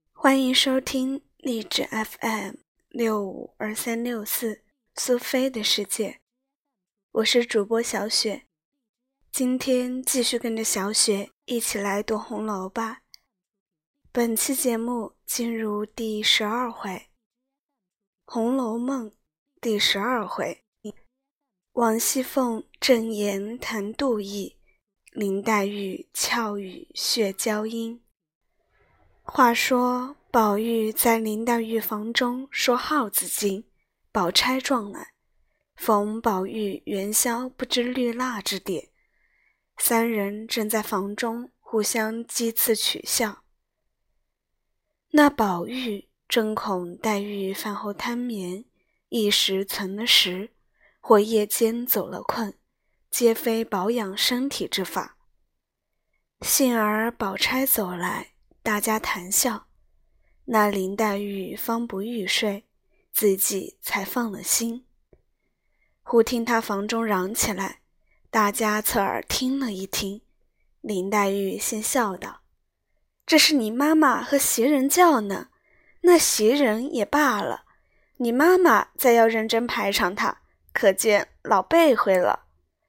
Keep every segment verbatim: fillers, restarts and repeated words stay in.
欢迎收听励志 F M 六五二三六四苏菲的世界，我是主播小雪。今天继续跟着小雪一起来读红楼吧。本期节目进入第十二回，《红楼梦》第十二回，王熙凤正言谈妒意，林黛玉俏语血娇音。话说宝玉在林黛玉房中说耗子精，宝钗撞来，逢宝玉元宵不知绿蜡之点，三人正在房中互相讥刺取笑。那宝玉正恐黛玉饭后贪眠，一时存了食，或夜间走了困，皆非保养身体之法。幸而宝钗走来，大家谈笑，那林黛玉方不欲睡，自己才放了心。忽听她房中嚷起来，大家侧耳听了一听，林黛玉先笑道：“这是你妈妈和袭人叫呢，那袭人也罢了，你妈妈再要认真排场她，可见老背会了。”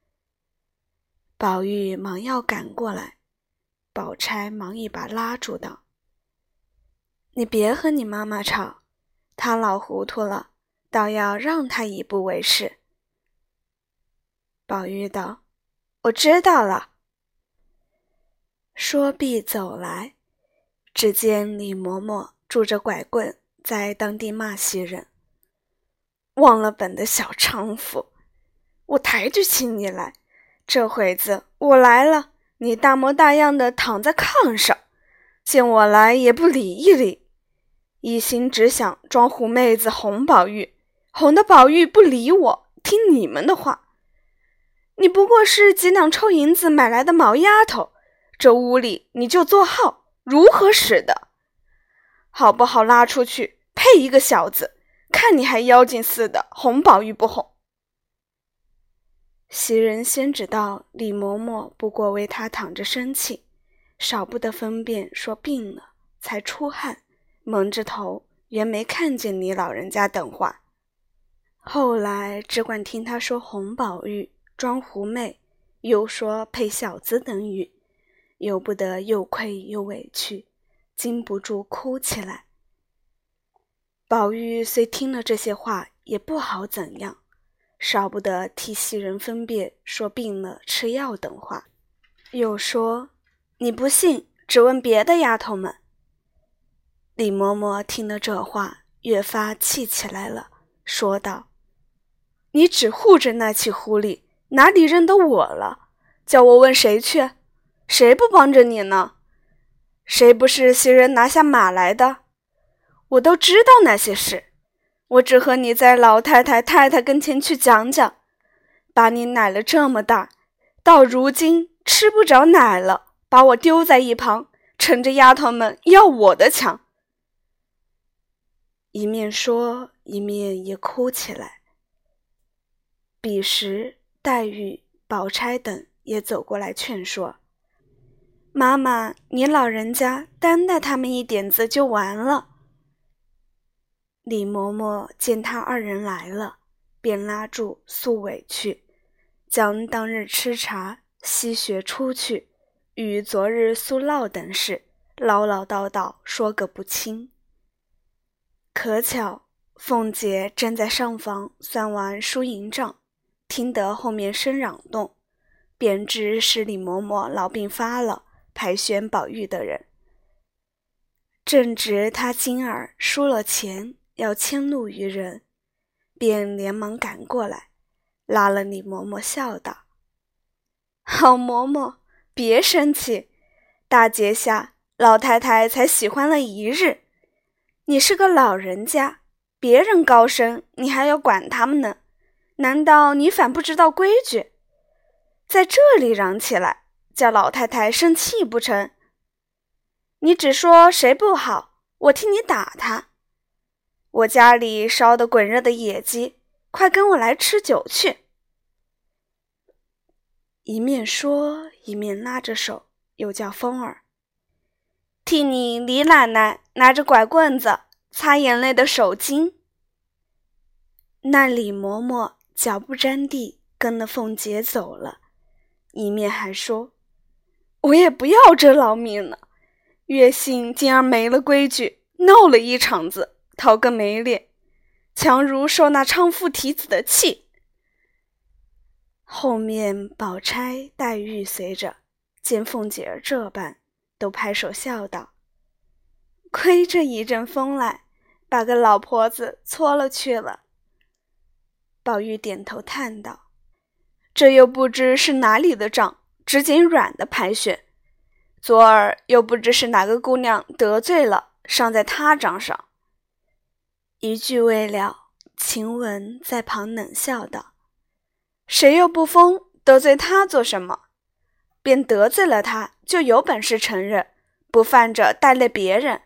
宝玉忙要赶过来，宝钗忙一把拉住道：“你别和你妈妈吵，她老糊涂了，倒要让她一步为是。”宝玉道：“我知道了。”说毕走来，只见李嬷嬷拄着拐棍在当地骂袭人：“忘了本的小娼妇，我抬举起你来，这会子我来了，你大模大样的躺在炕上，见我来也不理一理，一心只想装狐妹子哄宝玉，哄得宝玉不理我，听你们的话。你不过是几两臭银子买来的毛丫头，这屋里你就做号，如何使的？好不好拉出去，配一个小子，看你还妖精似的哄宝玉不哄。”袭人先知道李嬷嬷不过为他躺着生气，少不得分辨说病了，才出汗，蒙着头，原没看见你老人家等话。后来只管听他说哄宝玉，装狐媚，又说配小子等语，由不得又愧又委屈，禁不住哭起来。宝玉虽听了这些话，也不好怎样，少不得替袭人分辨说病了吃药等话，又说：“你不信，只问别的丫头们。”李嬷嬷听了这话，越发气起来了，说道：“你只护着那起狐狸，哪里认得我了？叫我问谁去？谁不帮着你呢？谁不是袭人拿下马来的？我都知道那些事，我只和你在老太太太太跟前去讲讲，把你奶了这么大，到如今吃不着奶了，把我丢在一旁，趁着丫头们要我的强。”一面说，一面也哭起来。彼时黛玉、宝钗等也走过来劝说：“妈妈，你老人家担待他们一点子就完了。”李嬷嬷见他二人来了，便拉住诉委屈，将当日吃茶、吸血出去，与昨日诉烙等事唠唠叨叨说个不清。可巧凤姐正在上房算完输赢账，听得后面声嚷动，便知是李嬷嬷痨病发了，排选宝玉的人。正值她今儿输了钱，要迁怒于人，便连忙赶过来，拉了李嬷嬷笑道：“好嬷嬷，别生气，大节下老太太才喜欢了一日，你是个老人家，别人高升你还要管他们呢，难道你反不知道规矩？在这里嚷起来，叫老太太生气不成？你只说谁不好，我替你打他。我家里烧得滚热的野鸡，快跟我来吃酒去。”一面说，一面拉着手，又叫风儿：“ 替你李奶奶拿着拐棍子擦眼泪的手巾。那李嬷嬷脚不沾地跟了凤姐走了，一面还说，我也不要这老命了，月信竟然没了规矩，闹了一场子，讨个没脸，强如受那娼妇提子的气。后面宝钗、黛玉随着见凤姐儿这般，都拍手笑道，亏这一阵风来，把个老婆子搓了去了。宝玉点头叹道，这又不知是哪里的账，只捡软的排选，昨儿又不知是哪个姑娘得罪了，上在他账上。一句未了，晴雯在旁冷笑道，谁又不疯，得罪他做什么？便得罪了他，就有本事承认，不犯着带累别人。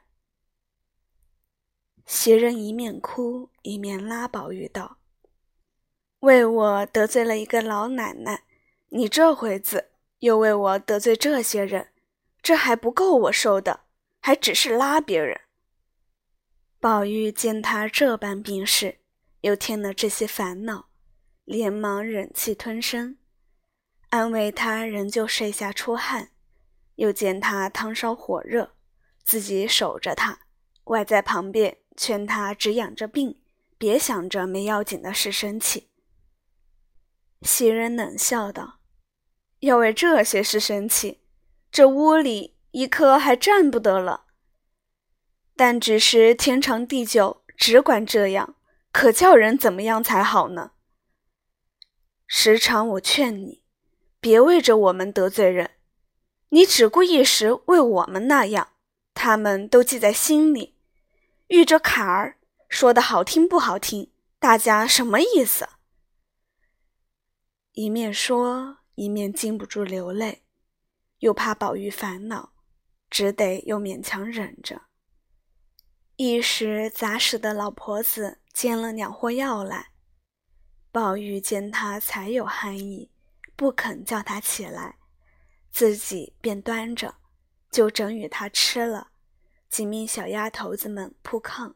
袭人一面哭一面拉宝玉道，为我得罪了一个老奶奶，你这回子又为我得罪这些人，这还不够我受的，还只是拉别人。宝玉见他这般病势，又添了这些烦恼，连忙忍气吞声，安慰他仍旧睡下出汗，又见他汤烧火热，自己守着他，外在旁边劝他只养着病，别想着没要紧的事生气。袭人冷笑道，要为这些事生气，这屋里一刻还站不得了。但只是天长地久，只管这样，可叫人怎么样才好呢？时常我劝你，别为着我们得罪人，你只顾一时为我们那样，他们都记在心里，遇着坎儿，说的好听不好听，大家什么意思？一面说，一面禁不住流泪，又怕宝玉烦恼，只得又勉强忍着。一时杂使的老婆子煎了两货药来，宝玉见他才有酣意，不肯叫他起来，自己便端着，就整与他吃了，几命小丫头子们铺炕。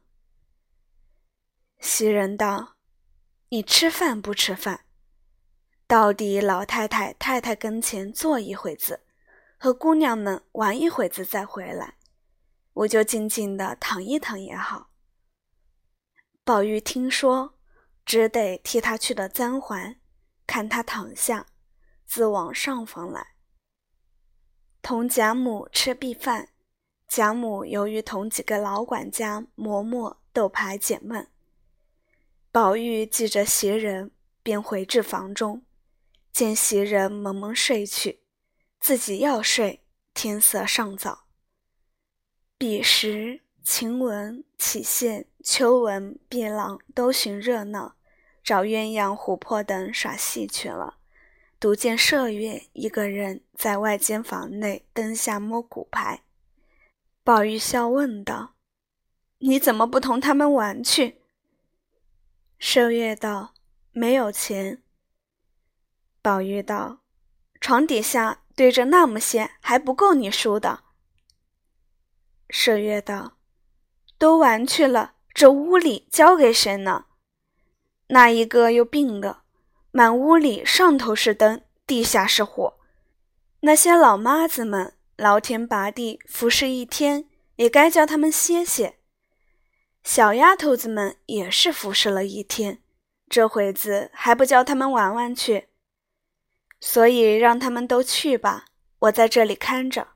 袭人道，你吃饭不吃饭？到底老太太太太跟前坐一会子，和姑娘们玩一会子再回来，我就静静地躺一躺也好。宝玉听说，只得替他去了簪环，看他躺下，自往上房来，同贾母吃毕饭。贾母由于同几个老管家嬷嬷斗牌解闷，宝玉记着袭人，便回至房中，见袭人蒙蒙睡去，自己要睡，天色尚早。彼时晴雯、启宪、秋纹、碧浪都寻热闹，找鸳鸯、琥珀等耍戏去了，独见麝月一个人在外间房内灯下摸骨牌。宝玉笑问道，你怎么不同他们玩去？麝月道，没有钱。宝玉道，床底下堆着那么些，还不够你输的。麝月道，都玩去了，这屋里交给谁呢？那一个又病了，满屋里上头是灯，地下是火，那些老妈子们劳天拔地服侍一天，也该叫他们歇歇。小丫头子们也是服侍了一天，这会子还不叫他们玩玩去？所以让他们都去吧，我在这里看着。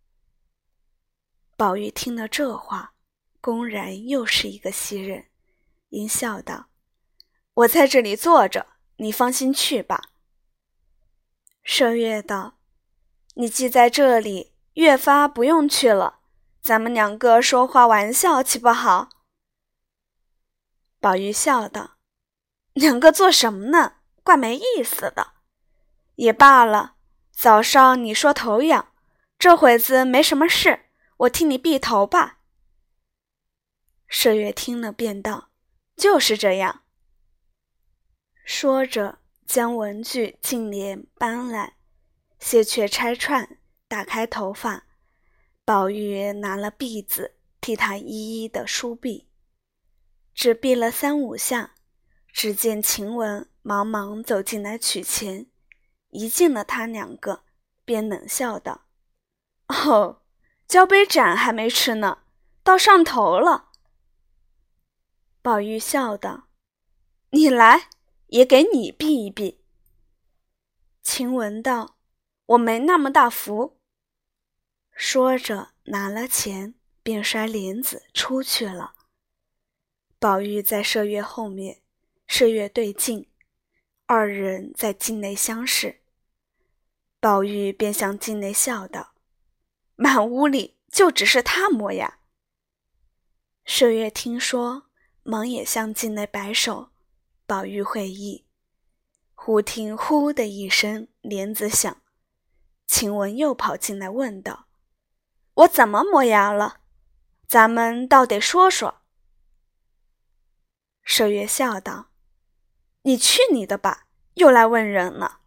宝玉听了这话，公然又是一个袭人，因笑道，我在这里坐着，你放心去吧。麝月道，你既在这里，越发不用去了，咱们两个说话玩笑岂不好？宝玉笑道，两个做什么呢？怪没意思的。也罢了，早上你说头痒，这会子没什么事，我替你避头吧。麝月听了便道，就是这样。说着将文具净帘搬来，谢却拆串，打开头发， 宝玉拿了篦子替他一一的梳篦，只篦了三五下，只见晴雯忙忙走进来取钱，一见了他两个，便冷笑道：“哦，交杯盏还没吃呢，到上头了。”宝玉笑道：“你来，也给你篦一篦。”晴雯道：“我没那么大福。”说着拿了钱，便摔帘子出去了。宝玉在麝月后面，麝月对镜，二人在境内相视。宝玉便向境内笑道：“满屋里就只是他磨牙。”麝月听说，忙也向境内摆手。宝玉会意，忽听呼的一声，帘子响，晴雯又跑进来问道：“我怎么磨牙了？咱们倒得说说。”麝月笑道：“你去你的吧，又来问人了。”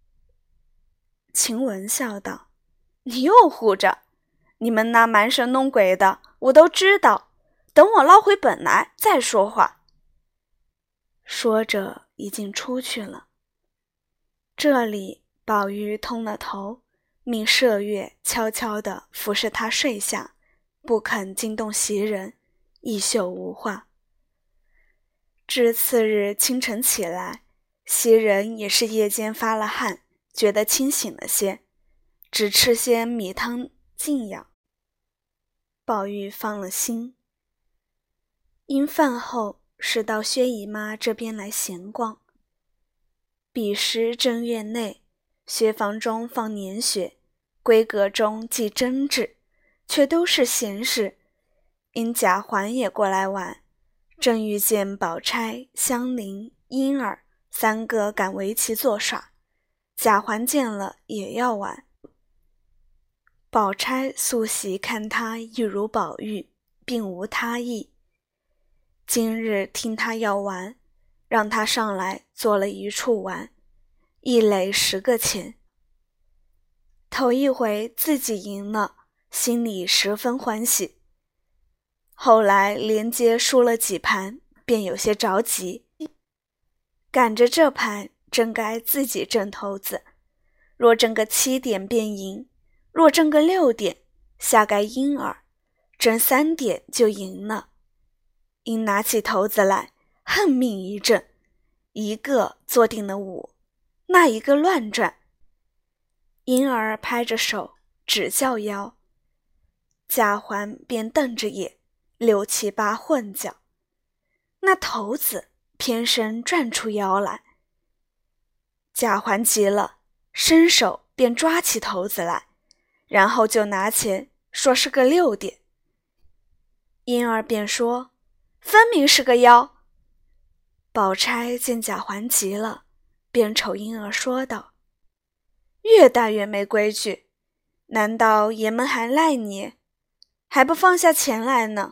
晴雯笑道：“你又护着，你们那蛮神弄鬼的，我都知道，等我捞回本来再说话。”说着已经出去了。这里宝玉通了头，命麝月悄悄地服侍他睡下，不肯惊动袭人，一宿无话。至次日清晨起来，袭人也是夜间发了汗，觉得清醒了些，只吃些米汤静养。宝玉放了心。因饭后是到薛姨妈这边来闲逛。彼时正月内，薛房中放年雪，闺阁中记针酯，却都是闲事。因贾环也过来玩，正遇见宝钗、香菱、莺儿三个赶围棋作耍，贾环见了也要玩。宝钗素习看他一如宝玉，并无他意。今日听他要玩，让他上来做了一处玩，一垒十个钱。头一回自己赢了，心里十分欢喜。后来连接输了几盘，便有些着急，赶着这盘正该自己挣头子，若挣个七点便赢，若挣个六点，下该莺儿，挣三点就赢了。因拿起头子来，恨命一阵，一个坐定了五，那一个乱转。莺儿拍着手，只叫腰。贾环便瞪着眼，六七八混搅，那头子偏生转出腰来。贾环急了，伸手便抓起头子来，然后就拿钱说是个六点。莺儿便说分明是个腰。宝钗见贾环急了，便瞅莺儿说道：越大越没规矩，难道爷们还赖你，还不放下钱来呢？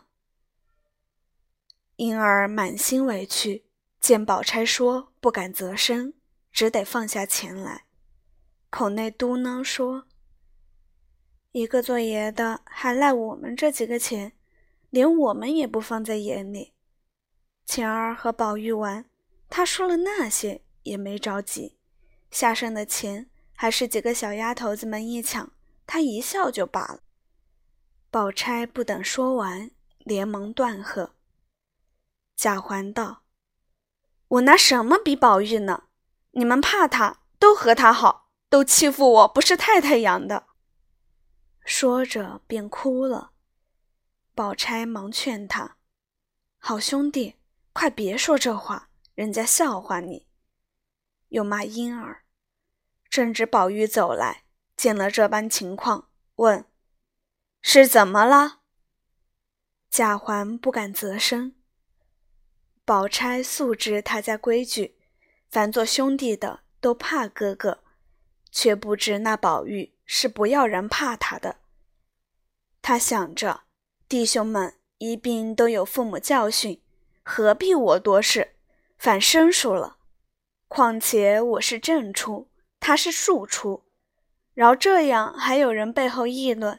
莺儿满心委屈，见宝钗说不敢啧声，只得放下钱来，口内嘟囔说：一个做爷的还赖我们这几个钱，连我们也不放在眼里。前儿和宝玉玩，他说了那些也没着急，下剩的钱还是几个小丫头子们一抢，他一笑就罢了。宝钗不等说完，连忙断喝。贾环道：我拿什么比宝玉呢？你们怕他，都和他好，都欺负我不是太太养的。说着便哭了。宝钗忙劝他：好兄弟，快别说这话，人家笑话你。又骂莺儿。正值宝玉走来，见了这般情况，问：是怎么了？贾环不敢啧声。宝钗素知他家规矩，凡做兄弟的都怕哥哥，却不知那宝玉是不要人怕他的。他想着弟兄们一并都有父母教训，何必我多事，反生疏了。况且我是正出，他是庶出，饶这样还有人背后议论，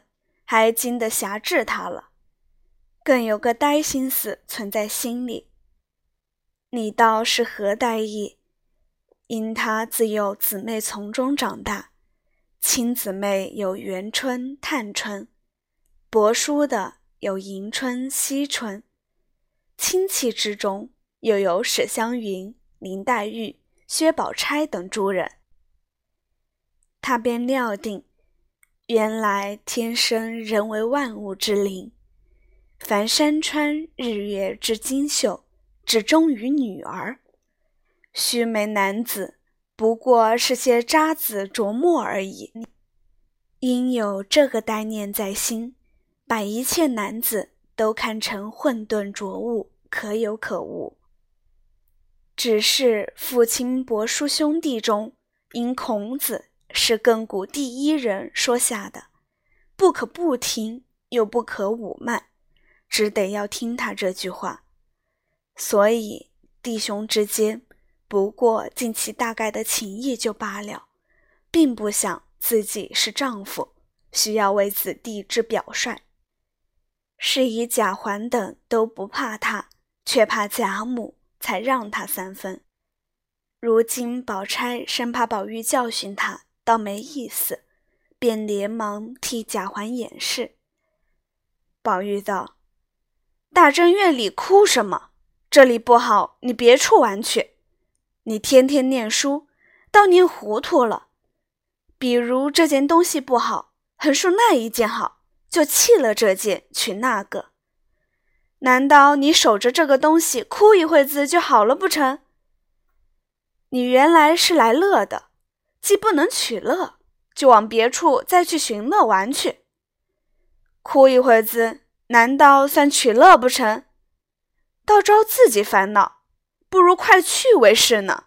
还经得辖制他了，更有个呆心思存在心里。你道是何呆意？因他自幼姊妹从中长大，亲姊妹有元春、探春，伯叔的有迎春、惜春，亲戚之中又有史湘云、林黛玉、薛宝钗等诸人。他便料定，原来天生人为万物之灵，凡山川日月之精秀，只忠于女儿。须眉男子不过是些渣子琢磨而已。因有这个概念在心，把一切男子都看成混沌浊物，可有可无。只是父亲伯叔兄弟中，因孔子是亘古第一人说下的，不可不听，又不可侮慢，只得要听他这句话。所以弟兄之间不过尽其大概的情谊就罢了，并不想自己是丈夫，需要为子弟之表率。是以贾环等都不怕他，却怕贾母，才让他三分。如今宝钗生怕宝玉教训他，倒没意思，便连忙替贾环掩饰。宝玉道：大正月里哭什么？这里不好，你别处玩去。你天天念书，倒念糊涂了。比如这件东西不好，横竖那一件好，就弃了这件，取那个。难道你守着这个东西哭一会子就好了不成？你原来是来乐的，既不能取乐，就往别处再去寻乐玩去。哭一会子，难道算取乐不成？倒招自己烦恼，不如快去为是呢。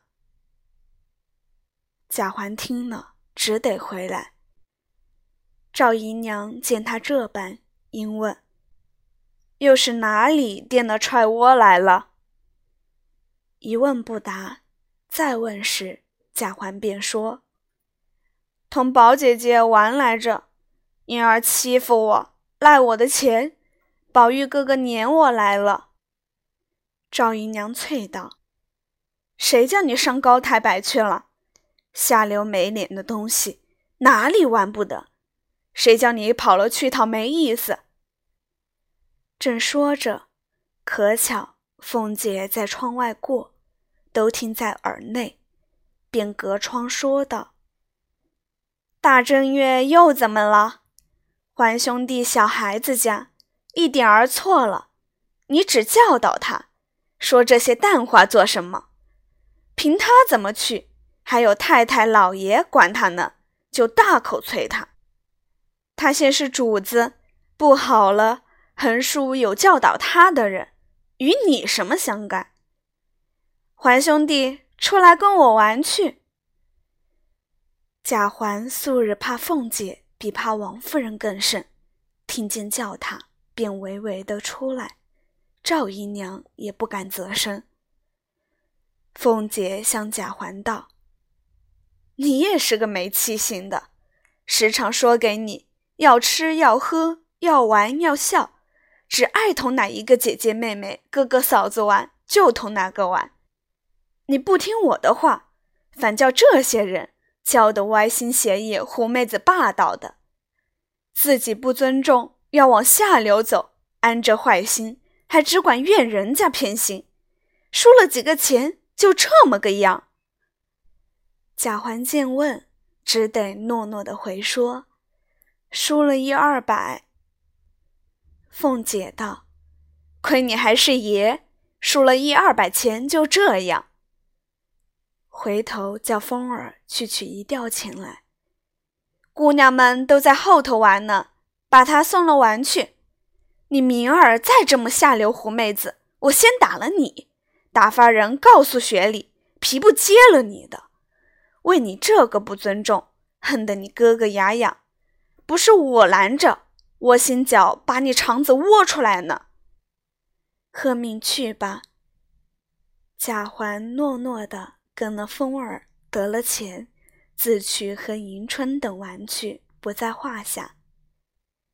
贾环听了，只得回来。赵姨娘见他这般，因问：又是哪里颠了踹窝来了？一问不答，再问时，贾环便说：同宝姐姐玩来着，因儿欺负我，赖我的钱，宝玉哥哥撵我来了。赵姨娘啐道：谁叫你上高台摆去了？下流没脸的东西，哪里玩不得？谁叫你跑了去讨没意思？正说着，可巧凤姐在窗外过，都听在耳内，便隔窗说道：大正月又怎么了？环兄弟小孩子家，一点儿错了，你只教导他，说这些淡话做什么？凭他怎么去，还有太太老爷管他呢，就大口催他。他先是主子，不好了，横竖有教导他的人，与你什么相干？环兄弟，出来跟我玩去。贾环素日怕凤姐比怕王夫人更甚，听见叫他，便微微的出来，赵姨娘也不敢责声。凤姐向贾环道：你也是个没气性的，时常说给你要吃要喝要玩要笑，只爱同哪一个姐姐妹妹哥哥嫂子玩，就同哪个玩。你不听我的话，反叫这些人教得歪心邪眼狐妹子霸道的，自己不尊重，要往下流走，安着坏心，还只管怨人家偏心，输了几个钱就这么个样。贾环见问，只得诺诺的回说：输了一二百。凤姐道：亏你还是爷，输了一二百钱就这样。回头叫风儿去取一吊钱来。姑娘们都在后头玩呢，把她送了玩去。你明儿再这么下流狐妹子，我先打了你，打发人告诉雪里，皮不接了你的。为你这个不尊重，恨得你哥哥牙痒，不是我拦着，窝心脚把你肠子窝出来呢。喝命去吧。贾环诺诺的跟了风儿，得了钱，自去和迎春等玩去，不在话下。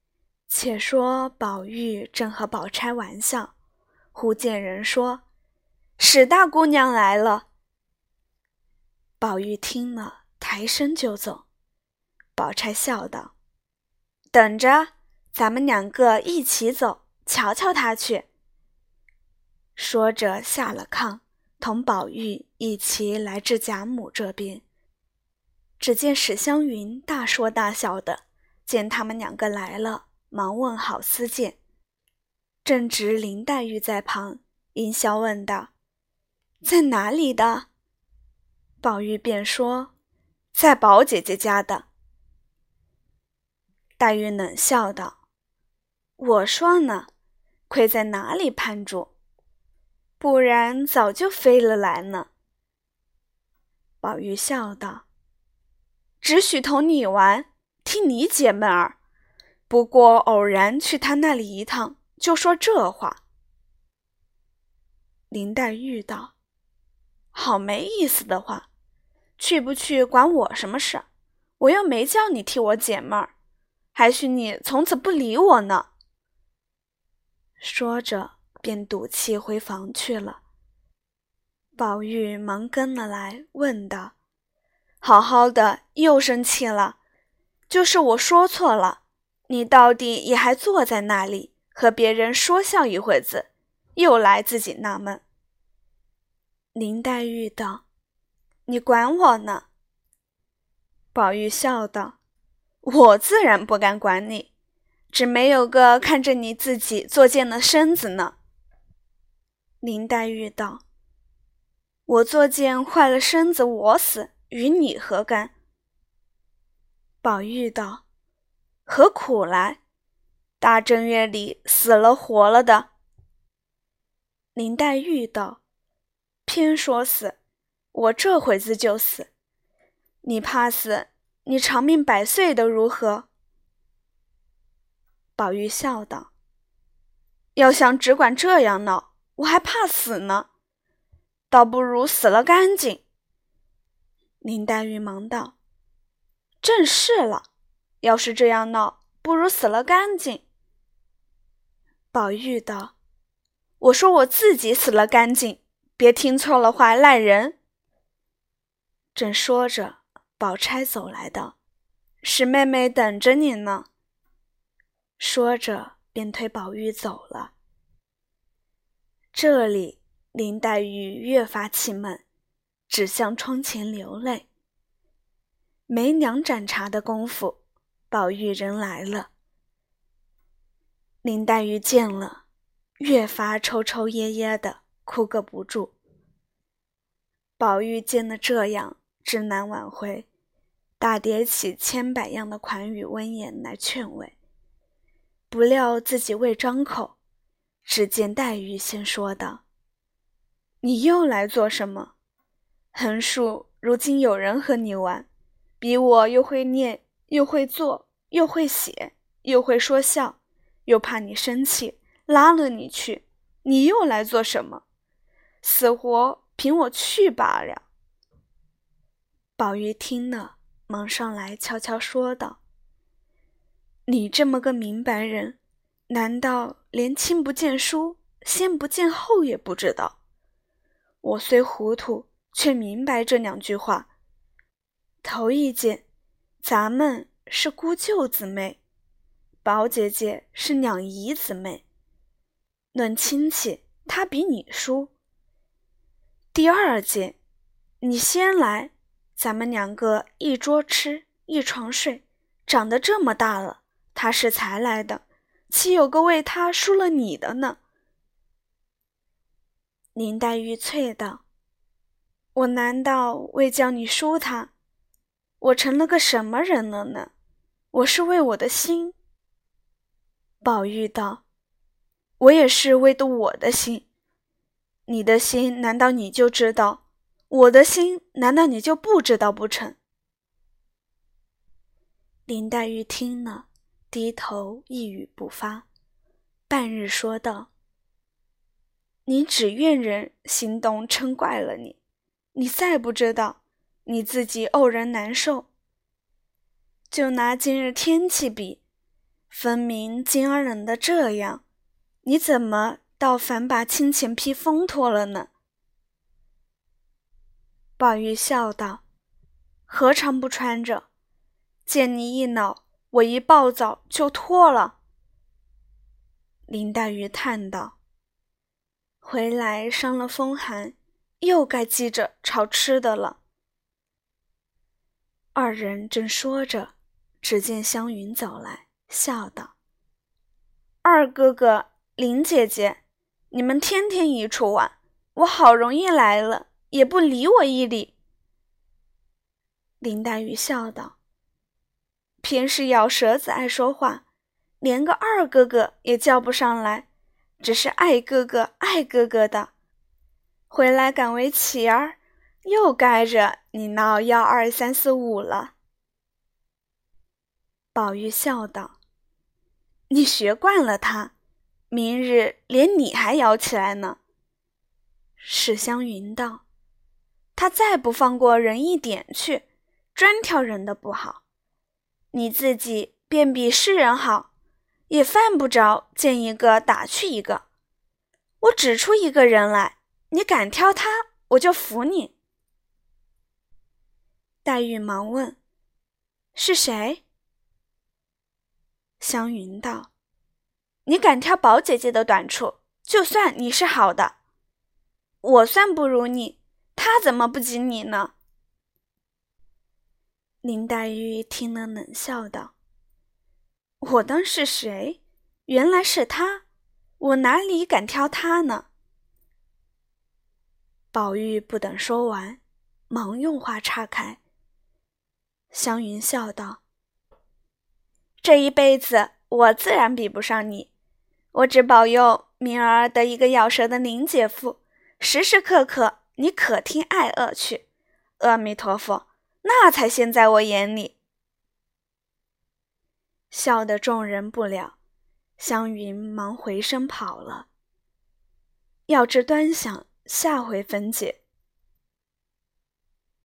且说宝玉正和宝钗玩笑，忽见人说：“史大姑娘来了。”宝玉听了，抬身就走。宝钗笑道：“等着，咱们两个一起走，瞧瞧她去。”说着下了炕，同宝玉一起来至贾母这边。只见史湘云大说大笑的，见他们两个来了，忙问好私见。正值林黛玉在旁，应笑问道：“在哪里的？”宝玉便说：“在宝姐姐家的。”黛玉冷笑道：“我说呢，亏在哪里攀住，不然早就飞了来呢。”宝玉笑道：“只许同你玩，听你解闷儿，不过偶然去他那里一趟，就说这话。”林黛玉道：“好没意思的话，去不去管我什么事？我又没叫你替我解闷儿，还许你从此不理我呢。”说着便赌气回房去了。宝玉忙跟了来，问道：“好好的又生气了？就是我说错了，你到底也还坐在那里和别人说笑一会子，又来自己纳闷。”林黛玉道：“你管我呢？”宝玉笑道：“我自然不敢管你，只没有个看着你自己作贱的身子呢。”林黛玉道：“我作贱坏了身子，我死，与你何干？”宝玉道：“何苦来？大正月里死了活了的。”林黛玉道：“偏说死，我这会子就死。你怕死，你长命百岁的如何？”宝玉笑道：“要想只管这样闹，我还怕死呢，倒不如死了干净。”林黛玉忙道：“正是了，要是这样闹，不如死了干净。”宝玉道：“我说我自己死了干净，别听错了话赖人。”正说着，宝钗走来道：“史妹妹等着你呢。”说着便推宝玉走了。这里林黛玉越发气闷，只向窗前流泪。没两盏茶的功夫，宝玉人来了。林黛玉见了，越发抽抽噎噎的，哭个不住。宝玉见了这样，知难挽回，大叠起千百样的款语温言来劝慰。不料自己未张口，只见黛玉先说道：“你又来做什么？横竖如今有人和你玩，比我又会念，又会做，又会写，又会说笑，又怕你生气，拉了你去，你又来做什么？死活凭我去罢了。”宝玉听了，忙上来悄悄说道：“你这么个明白人，难道连亲不见书，先不见后也不知道？我虽糊涂，却明白这两句话。头一件，咱们是姑舅姊妹，宝姐姐是两姨姊妹，论亲戚，她比你疏。第二件，你先来，咱们两个一桌吃，一床睡，长得这么大了，他是才来的，岂有个为他输了你的呢？”林黛玉啐道：“我难道为叫你输他？我成了个什么人了呢？我是为我的心。”宝玉道：“我也是为的我的心。你的心难道你就知道？我的心难道你就不知道不成？”林黛玉听了，低头一语不发，半日说道：“你只怨人行动嗔怪了你，你再不知道，你自己怄人难受。就拿今日天气比， 分明金儿冷的这样，你怎么倒反把亲前披风脱了呢？宝玉笑道：何尝不穿着？见你一恼，我一暴躁就脱了。林黛玉叹道：回来伤了风寒，又该记着炒吃的了。二人正说着，只见湘云走来，笑道：二哥哥、林姐姐，你们天天一处玩，我好容易来了，也不理我一理。林黛玉笑道：偏是咬舌子爱说话，连个二哥哥也叫不上来，只是爱哥哥爱哥哥的。回来赶为乞儿，又该着你闹幺二三四五了。宝玉笑道：你学惯了他，明日连你还摇起来呢。史湘云道：他再不放过人一点去，专挑人的不好，你自己便比世人好，也犯不着见一个打去一个。我指出一个人来，你敢挑他，我就服你。黛玉忙问：是谁？湘云道：你敢挑宝姐姐的短处，就算你是好的。我算不如你，他怎么不及你呢？林黛玉听了冷笑道：我当是谁？原来是他，我哪里敢挑他呢？宝玉不等说完，忙用话岔开。湘云笑道：这一辈子我自然比不上你，我只保佑明儿得一个咬舌的林姐夫，时时刻刻你可听爱恶去。阿弥陀佛，那才先在我眼里。笑得众人不了，湘云忙回身跑了。要知端详，下回分解。